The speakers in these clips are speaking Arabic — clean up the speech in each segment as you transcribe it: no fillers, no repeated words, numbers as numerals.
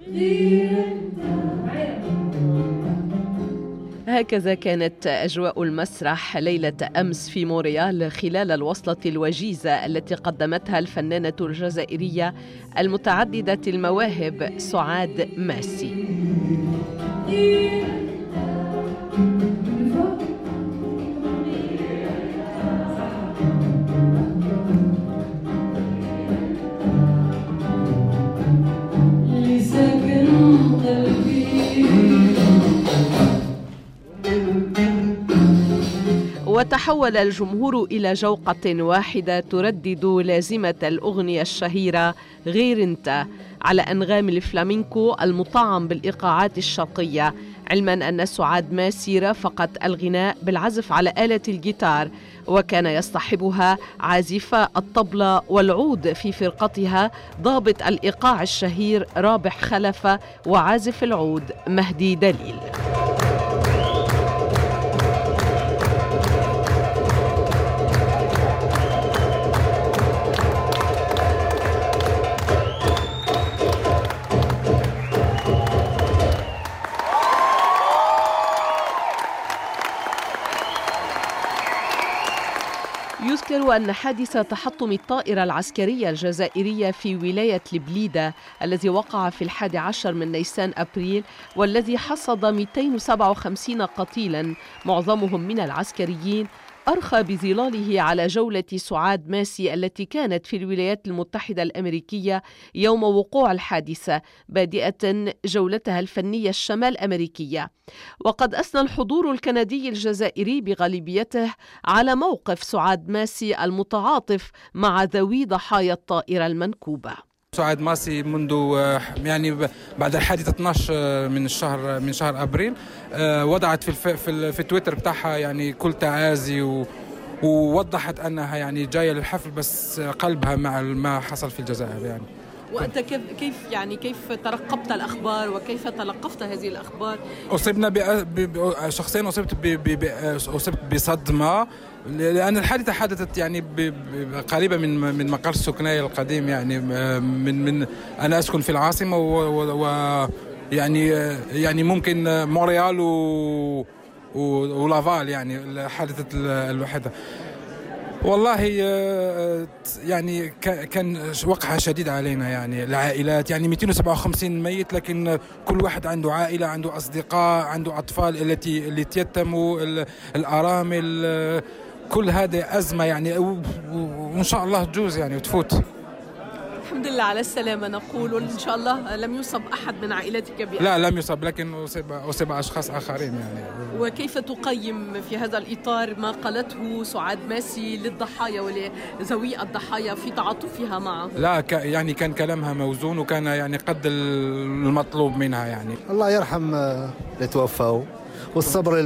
هكذا كانت أجواء المسرح ليلة أمس في مونريال خلال الوصلة الوجيزة التي قدمتها الفنانة الجزائرية المتعددة المواهب سعاد ماسي. وتحول الجمهور إلى جوقة واحدة تردد لازمة الأغنية الشهيرة غير انت على أنغام الفلامينكو المطعم بالإيقاعات الشرقية، علما أن سعاد ماسي رافقت الغناء بالعزف على آلة الجيتار، وكان يصطحبها عازف الطبلة والعود في فرقتها ضابط الإيقاع الشهير رابح خلفة وعازف العود مهدي دليل. يذكر أن حادث تحطم الطائرة العسكرية الجزائرية في ولاية البليدة الذي وقع في 11 من نيسان أبريل والذي حصد 257 قتيلا معظمهم من العسكريين أرخى بظلاله على جولة سعاد ماسي التي كانت في الولايات المتحدة الأمريكية يوم وقوع الحادثة، بادئة جولتها الفنية الشمال أمريكية. وقد أثنى الحضور الكندي الجزائري بغالبيته على موقف سعاد ماسي المتعاطف مع ذوي ضحايا الطائرة المنكوبة. سعاد ماسي منذ بعد الحادث 12 من شهر ابريل وضعت في تويتر بتاعها يعني كل تعازي ووضحت انها يعني جايه للحفل بس قلبها مع ما حصل في الجزائر يعني. وأنت كيف ترقبت الأخبار وكيف تلقفت هذه الأخبار؟ شخصيا أصبت بصدمة لأن الحادثة حدثت يعني قريبة من مقر السكنية القديم، يعني من أنا أسكن في العاصمة يعني ممكن مونريال ولافال يعني حدثت الوحدة. والله يعني كان وقعها شديد علينا يعني العائلات، يعني 257 ميت، لكن كل واحد عنده عائلة، عنده أصدقاء، عنده أطفال اللي يتيتموا، الأرامل، كل هذه أزمة يعني وإن شاء الله تجوز يعني وتفوت. الحمد لله على السلامة نقول، إن شاء الله لم يصب أحد من عائلتك بأحد. لا لم يصب، لكن أصيب أشخاص آخرين يعني. وكيف تقيم في هذا الإطار ما قالته سعاد ماسي للضحايا ولذوي الضحايا في تعاطفها معه؟ لا يعني كان كلامها موزون وكان يعني قد المطلوب منها يعني. الله يرحم اللي توفوا والصبر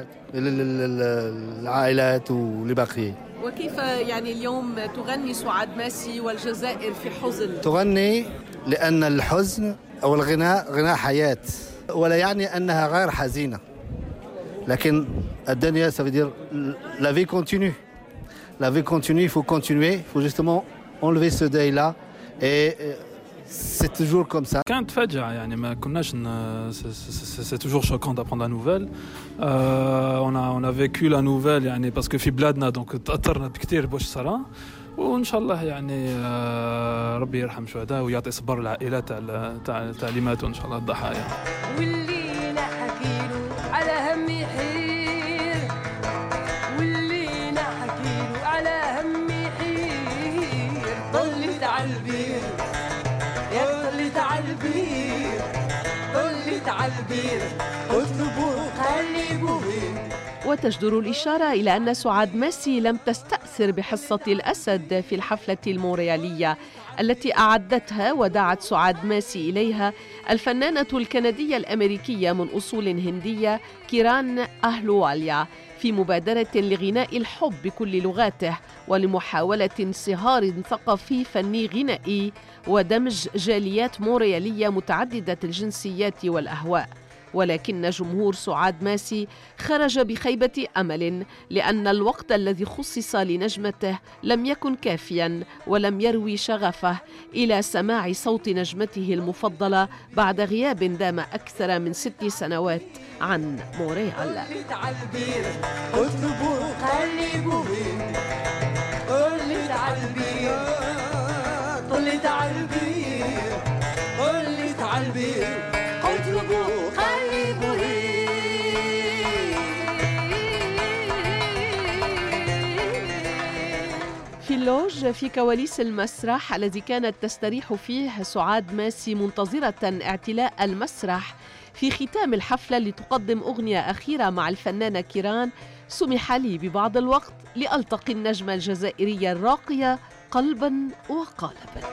للعائلات والباقيين. وكيف يعني اليوم تغني سعاد ماسي والجزائر في حزن؟ تغني لأن الحزن أو الغناء غناء حياة، ولا يعني أنها غير حزينة، لكن الدنيا ça veut dire la vie continue. La vie continue, il faut continuer, il faut justement enlever ce deuil-là et c'est toujours comme ça. كانت فاجعة يعني ما كناش c'est toujours choquant d'apprendre la nouvelle. On a vécu la nouvelle يعني parce que في بلادنا donc تأثرنا بكثير باش صرا، وإن شاء الله يعني ربي يرحم الشهداء ويعطي صبر العائلات تاع اللي ماتوا إن شاء الله الضحايا. واللي نحكيلو على همي حير، واللي نحكيلو على همي حير، ضلت عالبير يا ضلت عالبير، ضلت عالبير اطلبوا قلبوا. وتجدر الإشارة إلى أن سعاد ماسي لم تستأثر بحصة الأسد في الحفلة المونريالية التي أعدتها ودعت سعاد ماسي إليها الفنانة الكندية الأمريكية من أصول هندية كيران أهلواليا في مبادرة لغناء الحب بكل لغاته ولمحاولة انصهار ثقافي فني غنائي ودمج جاليات مونريالية متعددة الجنسيات والأهواء. ولكن جمهور سعاد ماسي خرج بخيبة أمل، لأن الوقت الذي خصص لنجمته لم يكن كافياً ولم يروي شغفه إلى سماع صوت نجمته المفضلة بعد غياب دام أكثر من 6 سنوات عن مونريال. طلت عالبير طلت عالبير اطلبوا قلبه. في اللوج في كواليس المسرح الذي كانت تستريح فيه سعاد ماسي منتظرة اعتلاء المسرح في ختام الحفلة لتقدم أغنية أخيرة مع الفنانة كيران، سمح لي ببعض الوقت لألتقي النجمة الجزائرية الراقية قلباً وقالباً.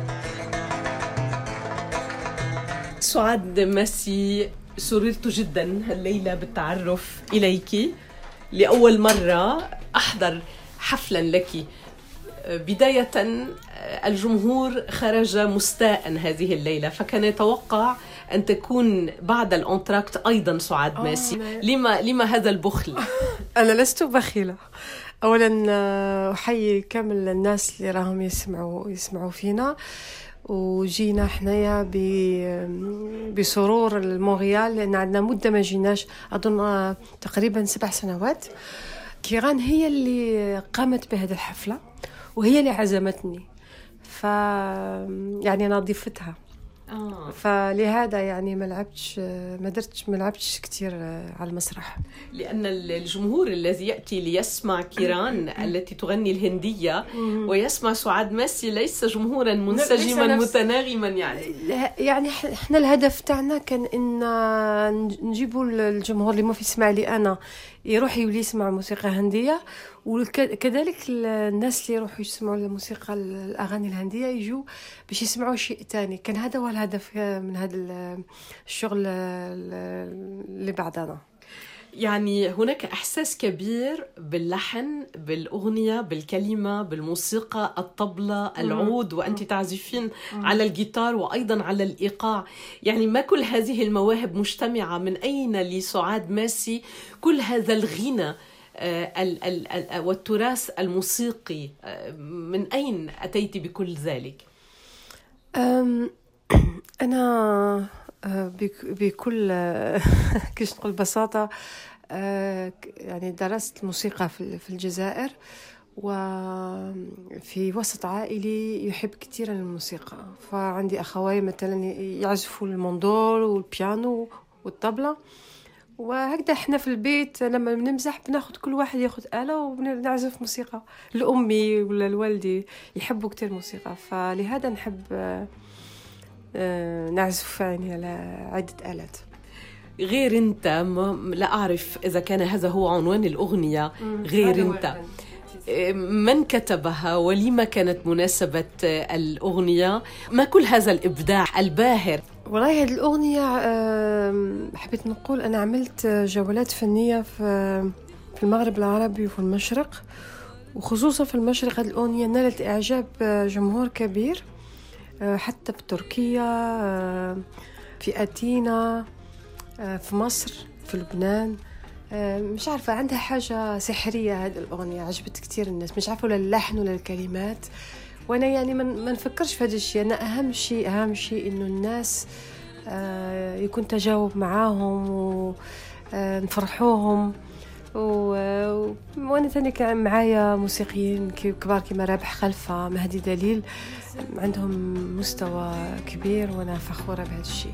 سعاد ماسي، سررت جداً الليلة بالتعرف إليك. لأول مرة أحضر حفلاً لك. بداية الجمهور خرج مستاء هذه الليلة، فكان يتوقع أن تكون بعد الأنتراكت أيضاً سعاد ماسي. لما هذا البخل؟ أنا لست بخيلة. أولاً أحيي كامل الناس اللي راهم يسمعوا فينا، وجينا حنايا بسرور المونريال، لأن عندنا مدة ما جيناش، أظن تقريباً 7 سنوات. كيران هي اللي قامت بهذه الحفلة وهي اللي عزمتني، يعني أنا ضيفتها. فلهذا يعني ما لعبتش كتير على المسرح، لأن الجمهور الذي يأتي ليسمع كيران التي تغني الهندية ويسمع سعاد ماسي ليس جمهورا منسجما متناغما. يعني احنا الهدف تاعنا كان ان نجيبوا الجمهور اللي ما في يسمع لي انا يروح يولي يسمع موسيقى هندية، وكذلك الناس اللي يروحوا يسمعوا الموسيقى الأغاني الهندية يجوا باش يسمعوا شيء تاني. كان هذا هو الهدف من هذا الشغل اللي بعدنا. يعني هناك إحساس كبير باللحن، بالأغنية، بالكلمة، بالموسيقى، الطبلة، العود، وأنت تعزفين على الجيتار وأيضا على الإيقاع. يعني ما كل هذه المواهب مجتمعة؟ من أين لسعاد ماسي كل هذا الغنى والتراث الموسيقي؟ من أين أتيت بكل ذلك؟ أنا بكل كيش نقول ببساطة، يعني درست موسيقى في الجزائر، وفي وسط عائلي يحب كثيرا الموسيقى. فعندي أخوي مثلا يعزفوا الموندول والبيانو والطبلة، وهكذا احنا في البيت لما بنمزح بناخد كل واحد ياخد آلة ونعزف موسيقى. لأمي ولا الوالدي يحبوا كتير الموسيقى، فلهذا نحب نعزف يعني على عدة آلات. غير انت لا أعرف إذا كان هذا هو عنوان الأغنية. غير انت من كتبها ولما كانت مناسبة الأغنية؟ ما كل هذا الإبداع الباهر؟ والله هذه الأغنية حبيت نقول أنا عملت جولات فنية في المغرب العربي وفي المشرق، وخصوصا في المشرق. هذه الأغنية نالت إعجاب جمهور كبير، حتى في تركيا، في أثينا، في مصر، في لبنان. مش عارفة، عندها حاجة سحرية هذه الأغنية، عجبت كتير الناس. مش عارفة ولا اللحن ولا الكلمات، وأنا يعني ما نفكرش في هذا الشيء. أنا أهم شيء إنه الناس يكون تجاوب معاهم ونفرحوهم. وأنا تاني كان معايا موسيقيين كبار كما رابح خلفة، مهدي دليل، عندهم مستوى كبير وأنا فخورة بهذا الشيء.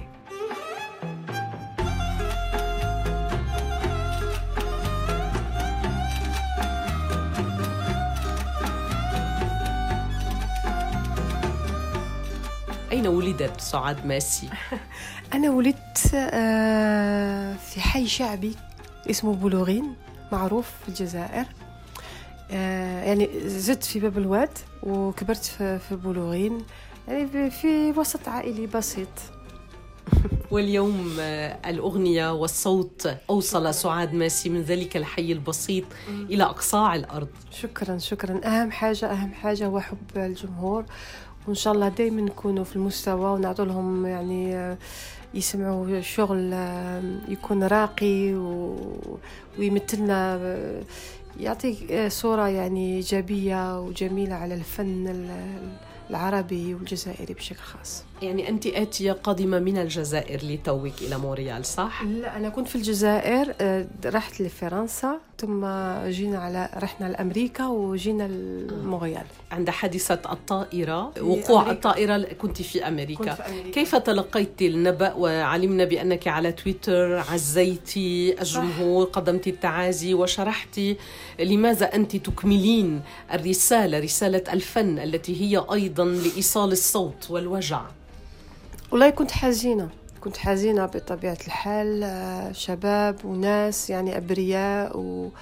أين ولدت سعاد ماسي؟ أنا ولدت في حي شعبي اسمه بولورين، معروف في الجزائر. يعني زدت في باب الواد وكبرت في بولورين، يعني في وسط عائلي بسيط. واليوم الأغنية والصوت أوصل سعاد ماسي من ذلك الحي البسيط إلى أقصاع الأرض. شكرا. أهم حاجة هو حب الجمهور، وإن شاء الله دايما نكونوا في المستوى ونعطوا لهم يعني يسمعوا شغل يكون راقي ويمثلنا، يعطي صورة يعني إيجابية وجميلة على الفن العربي والجزائري بشكل خاص. يعني أنت آتية قادمة من الجزائر لتوك إلى مونريال صح؟ لا، أنا كنت في الجزائر، رحت لفرنسا ثم رحنا لأمريكا وجينا لمونريال. عند حادثة الطائرة، وقوع الطائرة كنت في أمريكا. كيف تلقيت النبأ وعلمنا بأنك على تويتر عزيتي الجمهور، قدمت التعازي وشرحتي لماذا أنت تكملين رسالة الفن التي هي أيضا لإيصال الصوت والوجع؟ والله كنت حزينة بطبيعة الحال، شباب وناس يعني أبرياء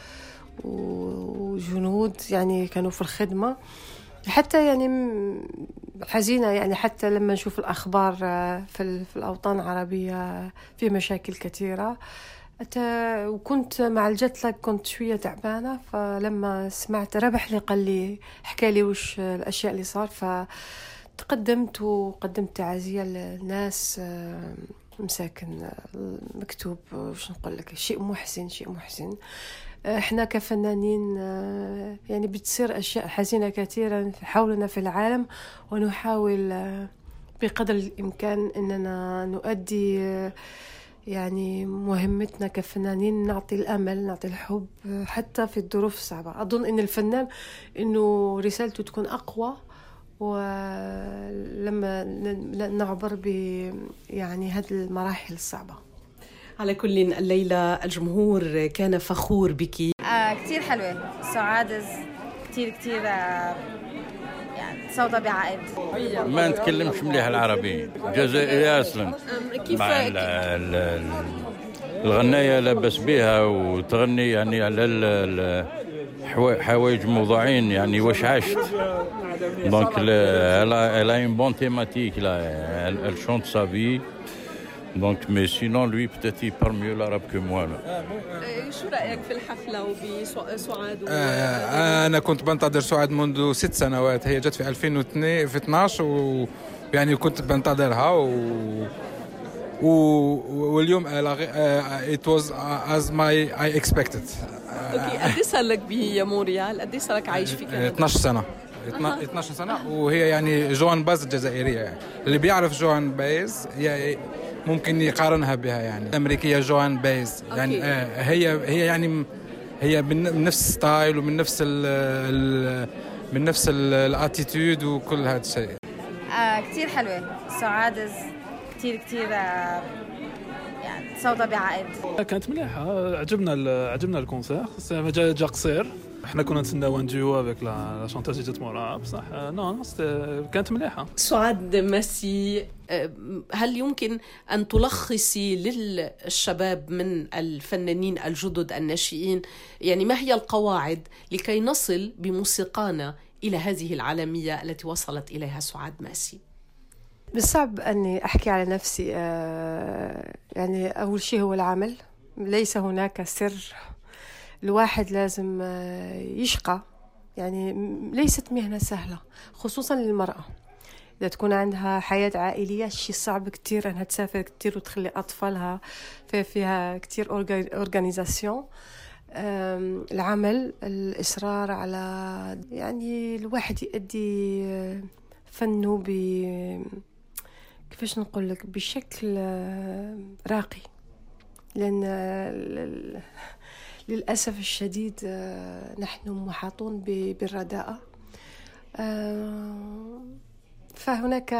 وجنود يعني كانوا في الخدمة، حتى يعني حزينة يعني حتى لما نشوف الأخبار في الأوطان العربية في مشاكل كثيرة. وكنت مع الجت لاج كنت شوية تعبانة، فلما سمعت ربح لي قال لي حكى لي وش الأشياء اللي صار، تقدمت وقدمت تعازية للناس مساكن مكتوب وش نقول لك شيء محزن. احنا كفنانين يعني بتصير أشياء حزينة كثيرا حولنا في العالم، ونحاول بقدر الإمكان أننا نؤدي يعني مهمتنا كفنانين، نعطي الأمل، نعطي الحب حتى في الظروف الصعبة. أظن أن الفنان أنه رسالته تكون أقوى ولما نعبر يعني هذه المراحل الصعبة. على كل الليلة الجمهور كان فخور بك. كتير حلوة سعاد، كتير يعني صوتها بعقد. ما نتكلمش مليح العربي، جزائري أصلا. كيف مع الغناية لاباس بها وتغني يعني على حوايج موضوعين، يعني واش عشت. Donc elle a une bonne thématique là, elle chante sa vie. Donc mais sinon lui peut-être il parle mieux l'arabe que moi là. شو رأيك في الحفلة وبسعاد؟ أنا كنت بنتظر سعاد منذ 6 سنوات، هي جت في 2002 في 12 ويعني كنت بنتظرها واليوم it was as I expected. قد صار لك بمونريال؟ قد صار لك عايش في كندا؟ 12 سنة. 12 سنة، وهي يعني جوان باز الجزائرية، يعني اللي بيعرف جوان باز ممكن يقارنها بها، يعني الأمريكية جوان باز يعني هي يعني هي من نفس ستايل ومن نفس الاتيتود وكل هذا الشيء. كتير حلوة سعاد، كتير يعني صوتها بعقد. كانت مليحة، عجبنا الكونسير، جا قصير، احنا كنا نتسناو نديو افيك لا شانتاج جات مورا بصح نو كانت مليحة. سعاد ماسي، هل يمكن أن تلخصي للشباب من الفنانين الجدد الناشئين يعني ما هي القواعد لكي نصل بموسيقانا إلى هذه العالمية التي وصلت إليها سعاد ماسي؟ بالصعب أني أحكي على نفسي، يعني أول شيء هو العمل، ليس هناك سر. الواحد لازم يشقى، يعني ليست مهنة سهلة خصوصا للمرأة. إذا تكون عندها حياة عائلية شيء صعب كتير أنها تسافر كتير وتخلي أطفالها فيها كتير أورغانيزاسيون. العمل، الإصرار على يعني الواحد يؤدي فنه كيفاش نقول لك بشكل راقي، لأن للأسف الشديد نحن محاطون بالرداءة، فهناك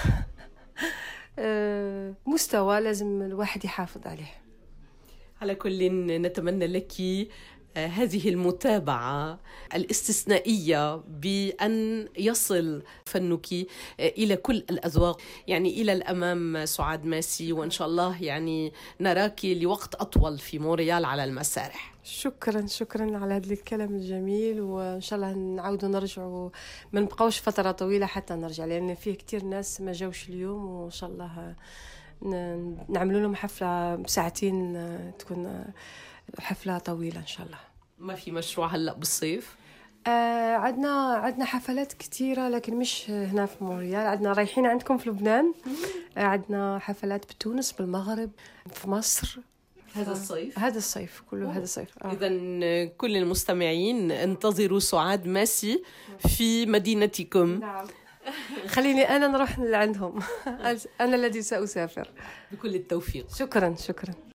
مستوى لازم الواحد يحافظ عليه. على كل نتمنى لك هذه المتابعة الاستثنائية بأن يصل فنك إلى كل الأذواق، يعني إلى الأمام سعاد ماسي، وإن شاء الله يعني نراك لوقت أطول في مونريال على المسارح. شكرا على هذا الكلام الجميل، وإن شاء الله نعود نرجع ما نبقاوش فترة طويلة حتى نرجع، لأن فيه كتير ناس ما جاوش اليوم، وإن شاء الله نعملوا لهم حفلة بساعتين تكون حفلة طويلة إن شاء الله. ما في مشروع هلأ بالصيف؟ عندنا حفلات كثيرة لكن مش هنا في مونريال. عندنا رايحين عندكم في لبنان، عندنا حفلات بتونس، بالمغرب، في مصر هذا الصيف كله. هذا الصيف إذا كل المستمعين انتظروا سعاد ماسي في مدينتكم. نعم. خليني أنا نروح لعندهم. أنا الذي سأسافر. بكل التوفيق. شكرا.